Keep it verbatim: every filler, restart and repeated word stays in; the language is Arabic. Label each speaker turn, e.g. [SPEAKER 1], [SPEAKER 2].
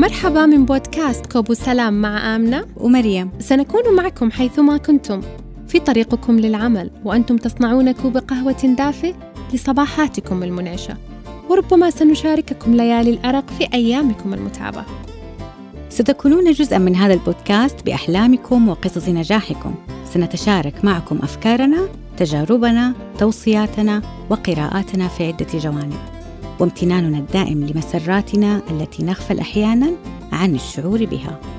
[SPEAKER 1] مرحبا من بودكاست كوب وسلام مع آمنة
[SPEAKER 2] ومريم.
[SPEAKER 1] سنكون معكم حيثما كنتم في طريقكم للعمل وأنتم تصنعون كوب قهوة دافئ لصباحاتكم المنعشة، وربما سنشارككم ليالي الأرق في أيامكم المتعبة.
[SPEAKER 2] ستكونون جزءاً من هذا البودكاست بأحلامكم وقصص نجاحكم. سنتشارك معكم أفكارنا، تجاربنا، توصياتنا وقراءاتنا في عدة جوانب، وامتناننا الدائم لمسراتنا التي نغفل أحياناً عن الشعور بها.